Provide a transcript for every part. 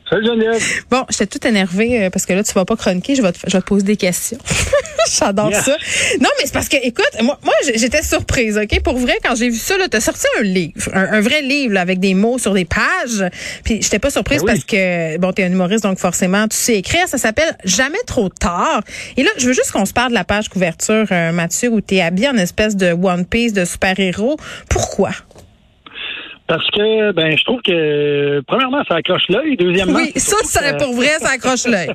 Salut Geneviève. Bon, j'étais toute énervée parce que là, tu vas pas chroniquer, je vais te poser des questions. J'adore ça. Non, mais c'est parce que, écoute, moi j'étais surprise, OK? Pour vrai, quand j'ai vu ça, là, t'as sorti un livre, un vrai livre là, avec des mots sur des pages. Puis j'étais pas surprise parce que, bon, t'es un humoriste, donc forcément, tu sais écrire. Ça s'appelle Jamais trop tard. Et là, je veux juste qu'on se parle de la page couverture, Mathieu, où t'es habillé en espèce de One Piece de super-héros. Pourquoi? Parce que, je trouve que, premièrement, ça accroche l'œil. Deuxièmement, oui, ça, pour vrai, ça accroche l'œil.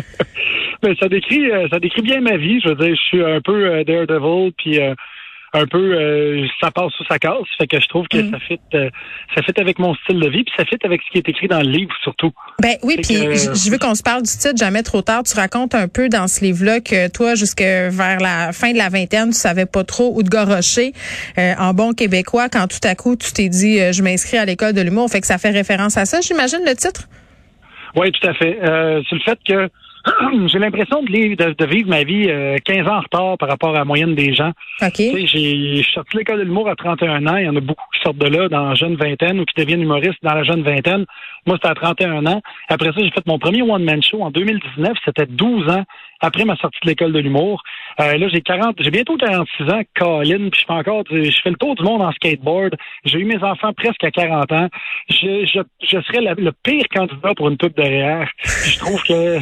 Ça décrit bien ma vie. Je veux dire, je suis un peu Daredevil, puis un peu ça passe ou ça casse. Fait que je trouve que ça fit avec mon style de vie, puis ça fit avec ce qui est écrit dans le livre surtout. Ben oui, puis je veux qu'on se parle du titre Jamais trop tard. Tu racontes un peu dans ce livre-là que toi, jusque vers la fin de la vingtaine, tu savais pas trop où te garrocher en bon québécois quand tout à coup tu t'es dit je m'inscris à l'école de l'humour. Fait que ça fait référence à ça, j'imagine, le titre? Oui, tout à fait. C'est le fait que j'ai l'impression de vivre ma vie 15 ans en retard par rapport à la moyenne des gens. OK. Je suis sorti de l'école de l'humour à 31 ans. Il y en a beaucoup qui sortent de là dans la jeune vingtaine ou qui deviennent humoristes dans la jeune vingtaine. Moi, c'était à 31 ans. Après ça, j'ai fait mon premier one-man show en 2019. C'était 12 ans après ma sortie de l'école de l'humour. Là, j'ai bientôt 46 ans, Colin, puis je fais le tour du monde en skateboard. J'ai eu mes enfants presque à 40 ans. Je serais le pire candidat pour une pub derrière. Je trouve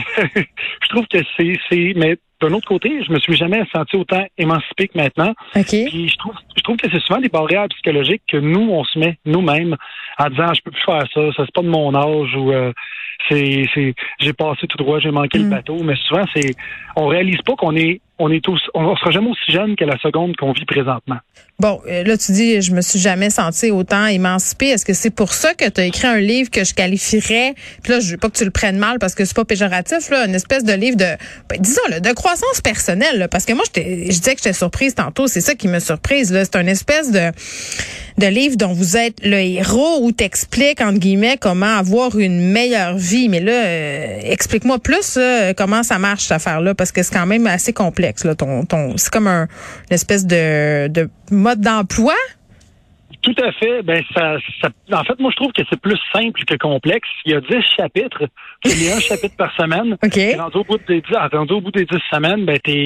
que c'est mais d'un autre côté, je me suis jamais senti autant émancipé que maintenant. Okay. Puis je trouve que c'est souvent des barrières psychologiques que nous, on se met nous-mêmes en disant je peux plus faire ça c'est pas de mon âge ou j'ai passé tout droit, j'ai manqué le bateau. Mais souvent, on réalise pas on sera jamais aussi jeune que la seconde qu'on vit présentement. Bon, là, tu dis, je me suis jamais senti autant émancipée. Est-ce que c'est pour ça que tu as écrit un livre que je qualifierais, puis là, je veux pas que tu le prennes mal parce que c'est pas péjoratif, là, une espèce de livre de croissance personnelle, là, parce que moi, je disais que j'étais surprise tantôt, c'est ça qui me surprise, là. C'est une espèce de livre dont vous êtes le héros où t'expliques, entre guillemets, comment avoir une meilleure vie. Mais là, explique-moi plus, comment ça marche, cette affaire-là, parce que c'est quand même assez complexe, là. C'est comme une espèce de mode d'emploi? Tout à fait. En fait, moi, je trouve que c'est plus simple que complexe. Il y a 10 chapitres. Tu lis un chapitre par semaine. OK. Et rendu au bout des 10 semaines,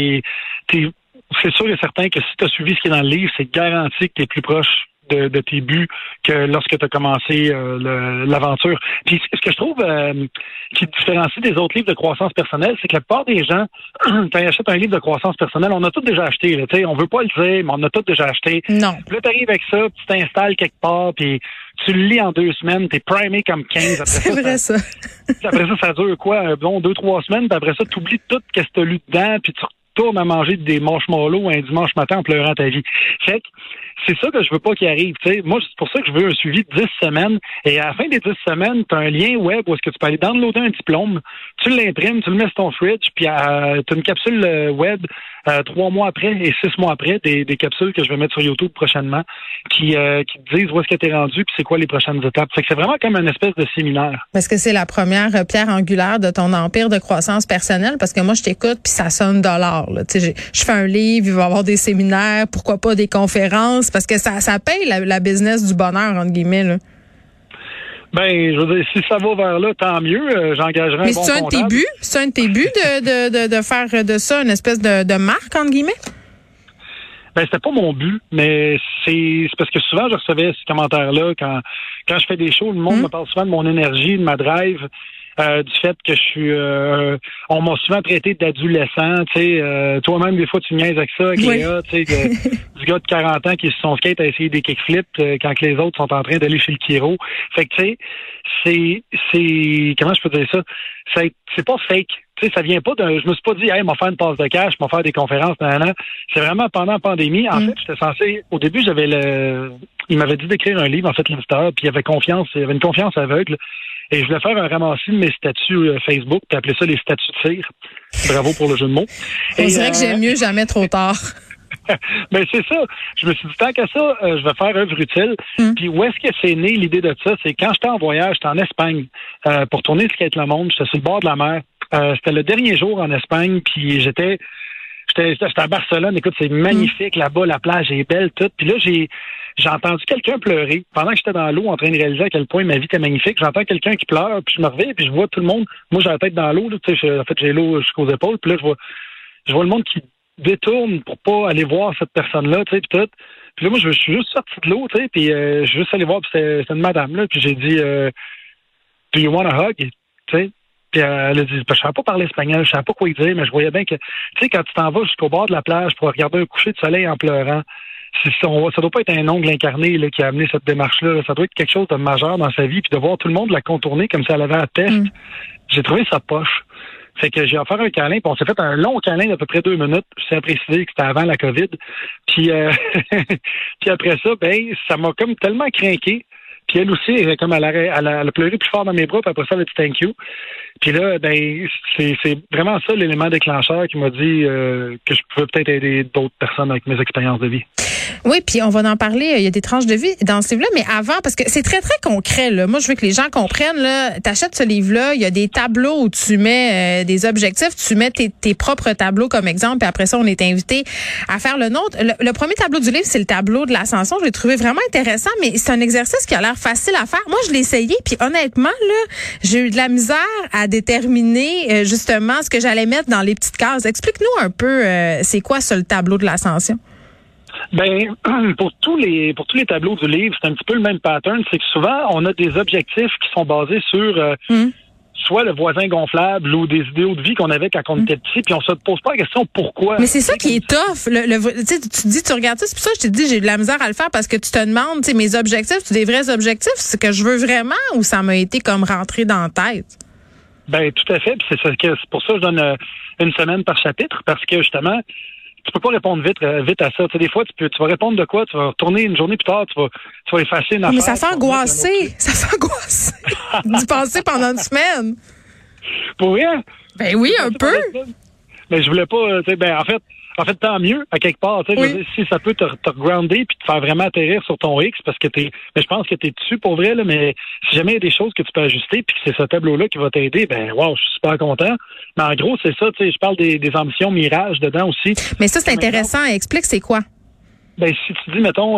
c'est sûr et certain que si tu as suivi ce qui est dans le livre, c'est garanti que tu es plus proche de tes buts que lorsque tu as commencé l'aventure. Puis ce que je trouve qui différencie des autres livres de croissance personnelle, c'est que la plupart des gens, quand ils achètent un livre de croissance personnelle, on a tout déjà acheté. Là, on veut pas le dire, mais on a tout déjà acheté. Non. Puis là, tu arrives avec ça, puis tu t'installes quelque part, puis tu le lis en 2 semaines, t'es primé comme 15. Après c'est vrai, ça. Après ça dure quoi? 2-3 semaines, puis après ça, tu oublies tout ce que tu as lu dedans, puis tu retournes à manger des marshmallows un dimanche matin en pleurant ta vie. Fait que c'est ça que je veux pas qu'il arrive. T'sais. Moi, c'est pour ça que je veux un suivi de 10 semaines. Et à la fin des 10 semaines, tu as un lien web où est-ce que tu peux aller downloader un diplôme, tu l'imprimes, tu le mets sur ton fridge, puis tu as une capsule web 3 mois après et 6 mois après, des capsules que je vais mettre sur YouTube prochainement qui te disent où est-ce que tu es rendu puis c'est quoi les prochaines étapes. Fait que c'est vraiment comme une espèce de séminaire. Est-ce que c'est la première pierre angulaire de ton empire de croissance personnelle? Parce que moi, je t'écoute puis ça sonne $. Je fais un livre, il va y avoir des séminaires, pourquoi pas des conférences, parce que ça paye la business du bonheur, entre guillemets, là. Je veux dire, si ça va vers là, tant mieux. J'engagerai un bon comptable. Mais c'est un de tes buts de faire de ça une espèce de marque, entre guillemets? C'était pas mon but, mais c'est parce que souvent je recevais ces commentaires-là quand je fais des shows, le monde me parle souvent de mon énergie, de ma drive. Du fait que je suis on m'a souvent traité d'adolescent, tu sais, toi-même des fois tu niaises avec ça, avec Léa, tu sais, du gars de 40 ans qui se sont skate à essayer des kickflips quand les autres sont en train d'aller chez le chiro. Fait que tu sais, c'est comment je peux dire ça? C'est pas fake. Tu sais, ça vient pas je me suis pas dit, hey, m'a faire une passe de cash, m'a faire des conférences, nan. C'est vraiment pendant la pandémie. En fait, j'étais censé, au début, il m'avait dit d'écrire un livre, en fait, l'éditeur, puis il y avait une confiance aveugle. Et je voulais faire un ramassis de mes statuts Facebook, puis appeler ça les statuts de cire. Bravo pour le jeu de mots. On dirait que j'aime mieux Jamais trop tard. C'est ça. Je me suis dit, tant qu'à ça, je vais faire œuvre utile. Puis où est-ce que c'est né l'idée de ça? C'est quand j'étais en voyage, j'étais en Espagne pour tourner le Skate le Monde. J'étais sur le bord de la mer. C'était le dernier jour en Espagne, puis j'étais à Barcelone. Écoute, c'est magnifique là-bas, la plage est belle, tout. Puis là, J'ai entendu quelqu'un pleurer. Pendant que j'étais dans l'eau en train de réaliser à quel point ma vie était magnifique, j'entends quelqu'un qui pleure, puis je me reviens, puis je vois tout le monde. Moi, j'ai la tête dans l'eau, là, tu sais, en fait, j'ai l'eau jusqu'aux épaules, puis là, je vois le monde qui détourne pour pas aller voir cette personne-là, tu sais, puis tout. Puis là, moi, je suis juste sorti de l'eau, tu sais, puis je suis juste allé voir, puis c'était une madame, là, puis j'ai dit, do you want a hug? Tu sais. Puis elle a dit, je savais pas parler espagnol, je savais pas quoi dire, mais je voyais bien que, tu sais, quand tu t'en vas jusqu'au bord de la plage pour regarder un coucher de soleil en pleurant, ça doit pas être un ongle incarné là, qui a amené cette démarche-là. Ça doit être quelque chose de majeur dans sa vie, puis de voir tout le monde la contourner comme si elle avait la peste. J'ai trouvé ça poche. Fait que j'ai offert un câlin, puis on s'est fait un long câlin d'à peu près 2 minutes. Je tiens à préciser que c'était avant la COVID. Puis, puis après ça, ben, ça m'a comme tellement craqué. Puis elle aussi, comme elle a pleuré plus fort dans mes bras, puis après ça, elle a dit thank you. Puis là, ben, c'est vraiment ça l'élément déclencheur qui m'a dit que je pouvais peut-être aider d'autres personnes avec mes expériences de vie. Oui, puis on va en parler. Il y a des tranches de vie dans ce livre-là, mais avant, parce que c'est très, très concret, là. Moi, je veux que les gens comprennent, là. T'achètes ce livre-là, il y a des tableaux où tu mets des objectifs, tu mets tes propres tableaux comme exemple, puis après ça, on est invité à faire le nôtre. Le premier tableau du livre, c'est le tableau de l'ascension. Je l'ai trouvé vraiment intéressant, mais c'est un exercice qui a l'air facile à faire. Moi, je l'ai essayé, puis honnêtement, là, j'ai eu de la misère à déterminer justement ce que j'allais mettre dans les petites cases. Explique-nous un peu, c'est quoi ça, le tableau de l'ascension? Ben, pour tous les tableaux du livre, c'est un petit peu le même pattern. C'est que souvent, on a des objectifs qui sont basés sur soit le voisin gonflable ou des idéaux de vie qu'on avait quand on était petit, puis on se pose pas la question pourquoi. Mais c'est ça qui est tough. Tu dis, tu regardes ça, c'est pour ça que je te dis, j'ai de la misère à le faire parce que tu te demandes, tu sais, mes objectifs, c'est des vrais objectifs, c'est que je veux vraiment ou ça m'a été comme rentré dans la tête? Ben, tout à fait. Puis c'est pour ça que je donne une semaine par chapitre, parce que justement, tu peux pas répondre vite à ça. Tu sais, des fois, tu vas répondre de quoi, tu vas retourner une journée plus tard, tu vas effacer une affaire. Mais ça fait angoisser. Ça fait angoisser d'y penser pendant une semaine. Pour rien? Ben oui, un peu. Mais je voulais pas, tu sais, ben, en fait, tant mieux, à quelque part, tu sais, oui. Si ça peut te grounder puis te faire vraiment atterrir sur ton X, parce que mais je pense que t'es dessus pour vrai, là, mais si jamais il y a des choses que tu peux ajuster puis que c'est ce tableau-là qui va t'aider, ben, wow, je suis super content. Mais en gros, c'est ça, tu sais, je parle des ambitions mirages dedans aussi. Mais ça, c'est intéressant. Explique, c'est quoi? Ben, si tu dis, mettons,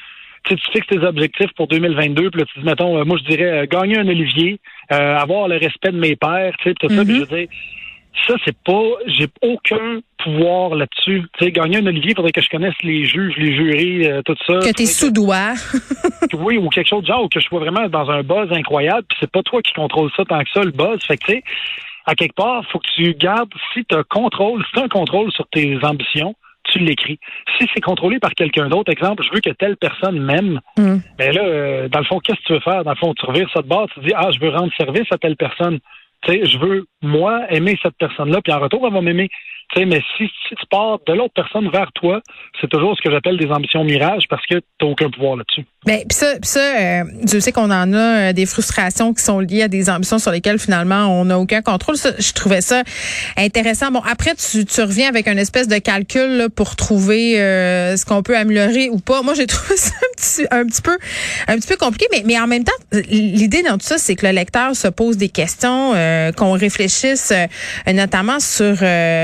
tu fixes tes objectifs pour 2022, puis là, tu dis, mettons, moi, je dirais, gagner un Olivier, avoir le respect de mes pairs, tu sais, tout ça, puis je veux dire, ça, c'est pas, j'ai aucun pouvoir là-dessus. Tu sais, gagner un Olivier, il faudrait que je connaisse les juges, les jurys, tout ça. Que t'es sous-doigt. Oui, ou quelque chose de genre, ou que je sois vraiment dans un buzz incroyable, puis c'est pas toi qui contrôle ça tant que ça, le buzz. Fait que, tu sais, à quelque part, faut que tu gardes, si t'as un contrôle sur tes ambitions, tu l'écris. Si c'est contrôlé par quelqu'un d'autre, exemple, je veux que telle personne m'aime, ben là, dans le fond, qu'est-ce que tu veux faire? Dans le fond, tu revires ça de bord, tu dis, je veux rendre service à telle personne. Tu sais, je veux, moi, aimer cette personne-là, puis en retour, elle va m'aimer. Tu sais, mais si tu pars de l'autre personne vers toi, c'est toujours ce que j'appelle des ambitions mirages parce que tu n'as aucun pouvoir là-dessus. Ben, puis ça, je sais qu'on en a des frustrations qui sont liées à des ambitions sur lesquelles finalement on n'a aucun contrôle. Ça, je trouvais ça intéressant. Bon, après tu reviens avec une espèce de calcul là, pour trouver ce qu'on peut améliorer ou pas. Moi, j'ai trouvé ça un petit peu compliqué, mais en même temps, l'idée dans tout ça, c'est que le lecteur se pose des questions, qu'on réfléchisse notamment sur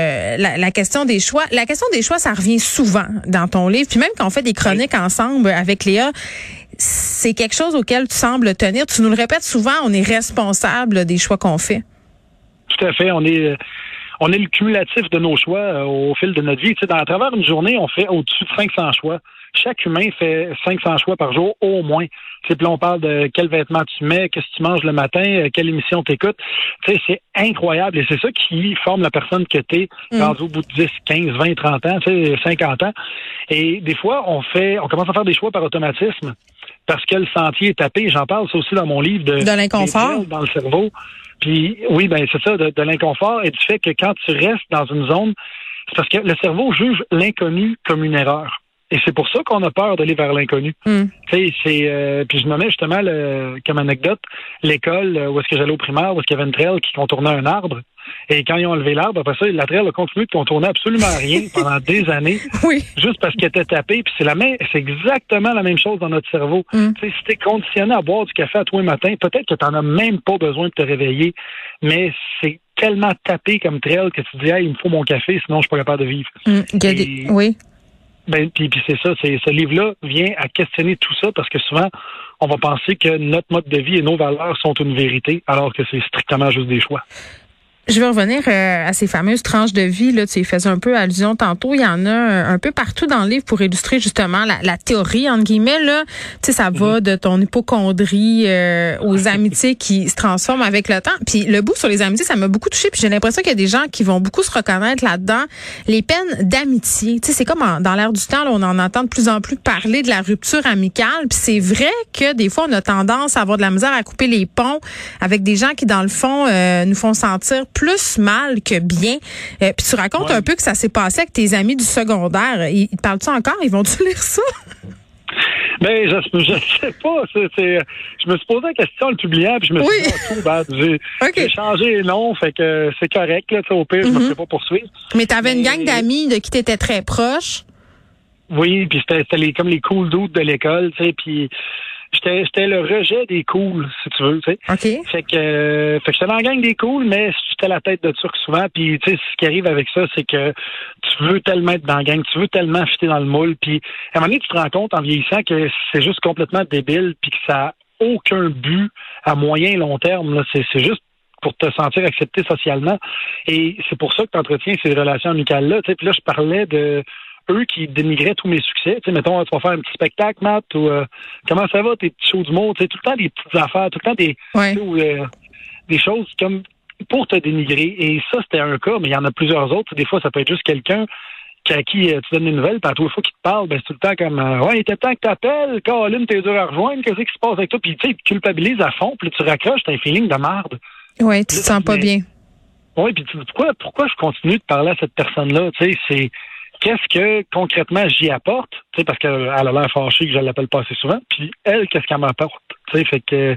la question des choix. La question des choix, ça revient souvent dans ton livre. Puis même quand on fait des chroniques ensemble avec Léa, c'est quelque chose auquel tu sembles tenir. Tu nous le répètes souvent, on est responsable des choix qu'on fait. Tout à fait. On est le cumulatif de nos choix au fil de notre vie. Tu sais, à travers une journée, on fait au-dessus de 500 choix. Chaque humain fait 500 choix par jour, au moins. Tu sais, puis là, on parle de quels vêtements tu mets, qu'est-ce que tu manges le matin, quelle émission t'écoutes. Tu sais, c'est incroyable. Et c'est ça qui forme la personne que t'es rendu au bout de 10, 15, 20, 30 ans, tu sais, 50 ans. Et des fois, on commence à faire des choix par automatisme parce que le sentier est tapé. J'en parle ça aussi dans mon livre de l'inconfort dans le cerveau. Puis oui, ben c'est ça, de l'inconfort et du fait que quand tu restes dans une zone, c'est parce que le cerveau juge l'inconnu comme une erreur. Et c'est pour ça qu'on a peur d'aller vers l'inconnu. Tu sais, puis je me mets justement comme anecdote l'école où est-ce que j'allais au primaire, où est-ce qu'il y avait une trail qui contournait un arbre. Et quand ils ont enlevé l'arbre, après ça, la trail a continué de contourner absolument rien pendant des années. Oui. Juste parce qu'elle était tapée. Puis c'est exactement la même chose dans notre cerveau. Tu sais, si t'es conditionné à boire du café à tous les matins, peut-être que t'en as même pas besoin de te réveiller. Mais c'est tellement tapé comme trail que tu dis, il me faut mon café, sinon je suis pas capable de vivre. Oui. puis c'est ça, ce livre-là vient à questionner tout ça parce que souvent, on va penser que notre mode de vie et nos valeurs sont une vérité, alors que c'est strictement juste des choix. Je vais revenir à ces fameuses tranches de vie. Là, tu y faisais un peu allusion tantôt. Il y en a un peu partout dans le livre pour illustrer justement la théorie, entre guillemets. Là. Tu sais, ça va de ton hypocondrie aux amitiés qui se transforment avec le temps. Puis le bout sur les amitiés, ça m'a beaucoup touché. Puis j'ai l'impression qu'il y a des gens qui vont beaucoup se reconnaître là-dedans. Les peines d'amitié. Tu sais, c'est comme dans l'air du temps, là, on en entend de plus en plus parler de la rupture amicale. Puis c'est vrai que des fois, on a tendance à avoir de la misère à couper les ponts avec des gens qui, dans le fond, nous font sentir plus mal que bien. Puis tu racontes un peu que ça s'est passé avec tes amis du secondaire. Ils te parlent-tu encore? Ils vont-tu lire ça? Ben, je sais pas. Je me suis posé la question en le publiant, puis je me suis dit, j'ai changé les noms, fait que c'est correct, là, au pire, je me ferai pas poursuivre. Mais t'avais une gang d'amis de qui t'étais très proche. Oui, puis c'était comme les cool dudes de l'école, tu sais, puis j'étais le rejet des cools, si tu veux, tu sais. OK. Fait que j'étais dans la gang des cools, mais j'étais la tête de turc souvent. Puis, tu sais, ce qui arrive avec ça, c'est que tu veux tellement être dans la gang, tu veux tellement fitter dans le moule. Puis, à un moment donné, tu te rends compte en vieillissant que c'est juste complètement débile, puis que ça n'a aucun but à moyen et long terme. Là. C'est juste pour te sentir accepté socialement. Et c'est pour ça que tu entretiens ces relations amicales-là. Tu sais, puis là, je parlais de eux qui dénigraient tous mes succès. Tu sais, mettons, tu vas faire un petit spectacle, Matt, ou comment ça va, tes petits shows d'humour, tu sais, tout le temps des petites affaires, tout le temps des choses comme pour te dénigrer. Et ça, c'était un cas, mais il y en a plusieurs autres. Des fois, ça peut être juste quelqu'un à qui tu donnes des nouvelles, puis à tous les fois qu'il te parle, ben c'est tout le temps comme ouais, il était temps que t'appelles, Caroline, t'es dur à rejoindre, qu'est-ce qui se passe avec toi? Puis tu sais, tu culpabilises à fond, puis tu raccroches, t'as un feeling de merde. Oui, tu te sens pas bien. Oui, puis pourquoi je continue de parler à cette personne-là? Tu sais, c'est qu'est-ce que concrètement j'y apporte? Tu sais, parce qu'elle a l'air fâchée que je l'appelle pas assez souvent. Puis elle, qu'est-ce qu'elle m'apporte? Tu sais, fait que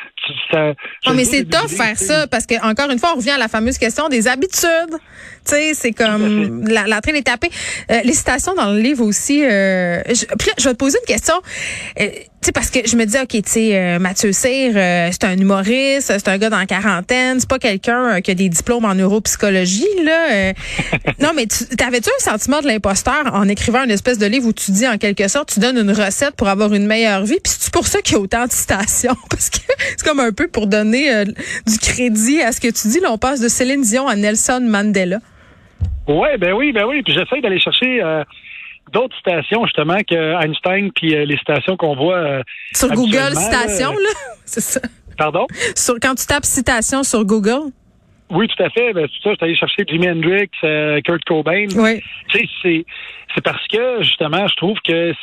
mais c'est tough faire ça parce que encore une fois, on revient à la fameuse question des habitudes. Tu sais, c'est comme la traîne est tapée. Les citations dans le livre aussi. Puis là, je vais te poser une question. Tu sais, parce que je me dis, OK, tu sais, Mathieu Cyr, c'est un humoriste, c'est un gars dans la quarantaine, c'est pas quelqu'un qui a des diplômes en neuropsychologie, là. Non, mais t'avais-tu un sentiment de l'imposteur en écrivant une espèce de livre où tu dis, en quelque sorte, tu donnes une recette pour avoir une meilleure vie, puis c'est pour ça qu'il y a autant de citations? Parce que c'est comme un peu pour donner du crédit à ce que tu dis. Là, on passe de Céline Dion à Nelson Mandela. Ouais, ben oui. Puis j'essaie d'aller chercher d'autres citations, justement, que Einstein, puis les citations qu'on voit sur Google Citations, là. C'est ça. Pardon? Quand tu tapes citation sur Google. Oui, tout à fait. Ben, c'est ça, je suis allé chercher Jimi Hendrix, Kurt Cobain. Oui. Tu sais, c'est parce que, justement, je trouve que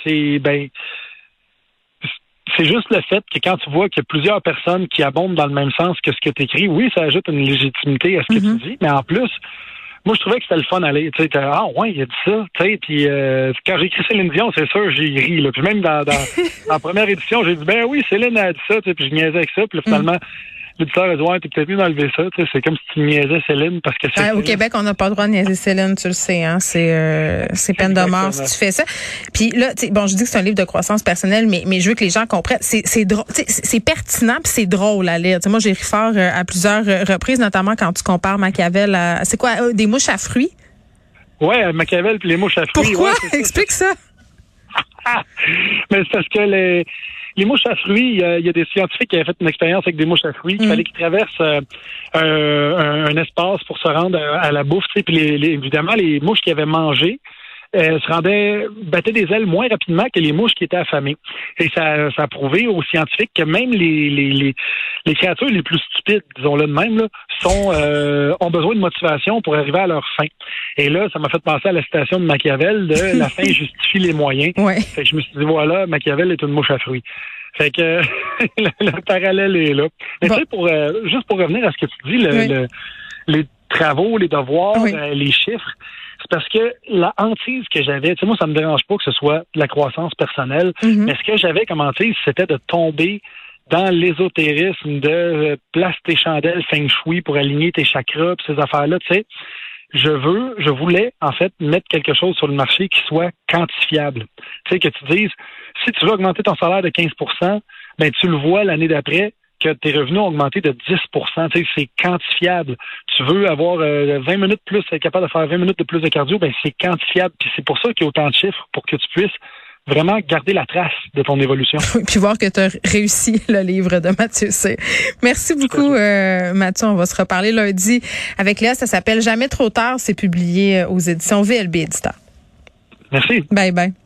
c'est juste le fait que quand tu vois qu'il y a plusieurs personnes qui abondent dans le même sens que ce que tu écris, oui, ça ajoute une légitimité à ce que tu dis, mais en plus, moi, je trouvais que c'était le fun d'aller. Tu sais, ouais, il a dit ça. Tu sais, puis quand j'ai écrit Céline Dion, c'est sûr, j'ai ri. Là. Puis même dans la première édition, j'ai dit, ben oui, Céline a dit ça. Tu sais, puis je niaisais avec ça. Puis là, finalement, l'éditeur a dit, ouais, t'es peut-être mieux d'enlever ça. Tu sais, c'est comme si tu niaisais Céline parce que c'est. Au Québec, on n'a pas le droit de niaiser Céline, tu le sais. Hein, c'est peine de mort si tu fais ça. Puis là, tu sais, bon, je dis que c'est un livre de croissance personnelle, mais je veux que les gens comprennent. C'est drôle, c'est pertinent, puis c'est drôle à lire. Tu sais, moi, j'ai ri fort à plusieurs reprises, notamment quand tu compares Machiavel à, c'est quoi, des mouches à fruits? Ouais, Machiavel puis les mouches à fruits. Pourquoi? Ouais, explique ça. Mais c'est parce que les mouches à fruits, il y a des scientifiques qui avaient fait une expérience avec des mouches à fruits. Il fallait qu'ils traversent un espace pour se rendre à la bouffe. Puis évidemment, les mouches qui avaient mangé battaient des ailes moins rapidement que les mouches qui étaient affamées. Et ça a prouvé aux scientifiques que même les créatures les plus stupides, disons-le de même, là, ont besoin de motivation pour arriver à leur fin. Et là, ça m'a fait penser à la citation de Machiavel de la fin justifie les moyens. Ouais. Fait que je me suis dit, voilà, Machiavel est une mouche à fruits. Fait que le parallèle est là. Mais tu sais, juste pour revenir à ce que tu dis, les travaux, les devoirs, les chiffres, c'est parce que la hantise que j'avais, tu sais, moi, ça me dérange pas que ce soit de la croissance personnelle, mais ce que j'avais comme hantise, c'était de tomber dans l'ésotérisme de place tes chandelles feng shui pour aligner tes chakras pis ces affaires-là, tu sais. Je voulais, en fait, mettre quelque chose sur le marché qui soit quantifiable. Tu sais, que tu dises, si tu veux augmenter ton salaire de 15%, ben, tu le vois l'année d'après, que tes revenus ont augmenté de 10 Tu sais, c'est quantifiable. Tu veux avoir 20 minutes plus, être capable de faire 20 minutes de plus de cardio, ben c'est quantifiable. Puis c'est pour ça qu'il y a autant de chiffres, pour que tu puisses vraiment garder la trace de ton évolution. Puis voir que tu as réussi le livre de Mathieu C. Merci beaucoup, Mathieu. On va se reparler lundi avec Léa. Ça s'appelle Jamais trop tard. C'est publié aux éditions VLB Éditeur. Merci. Bye bye.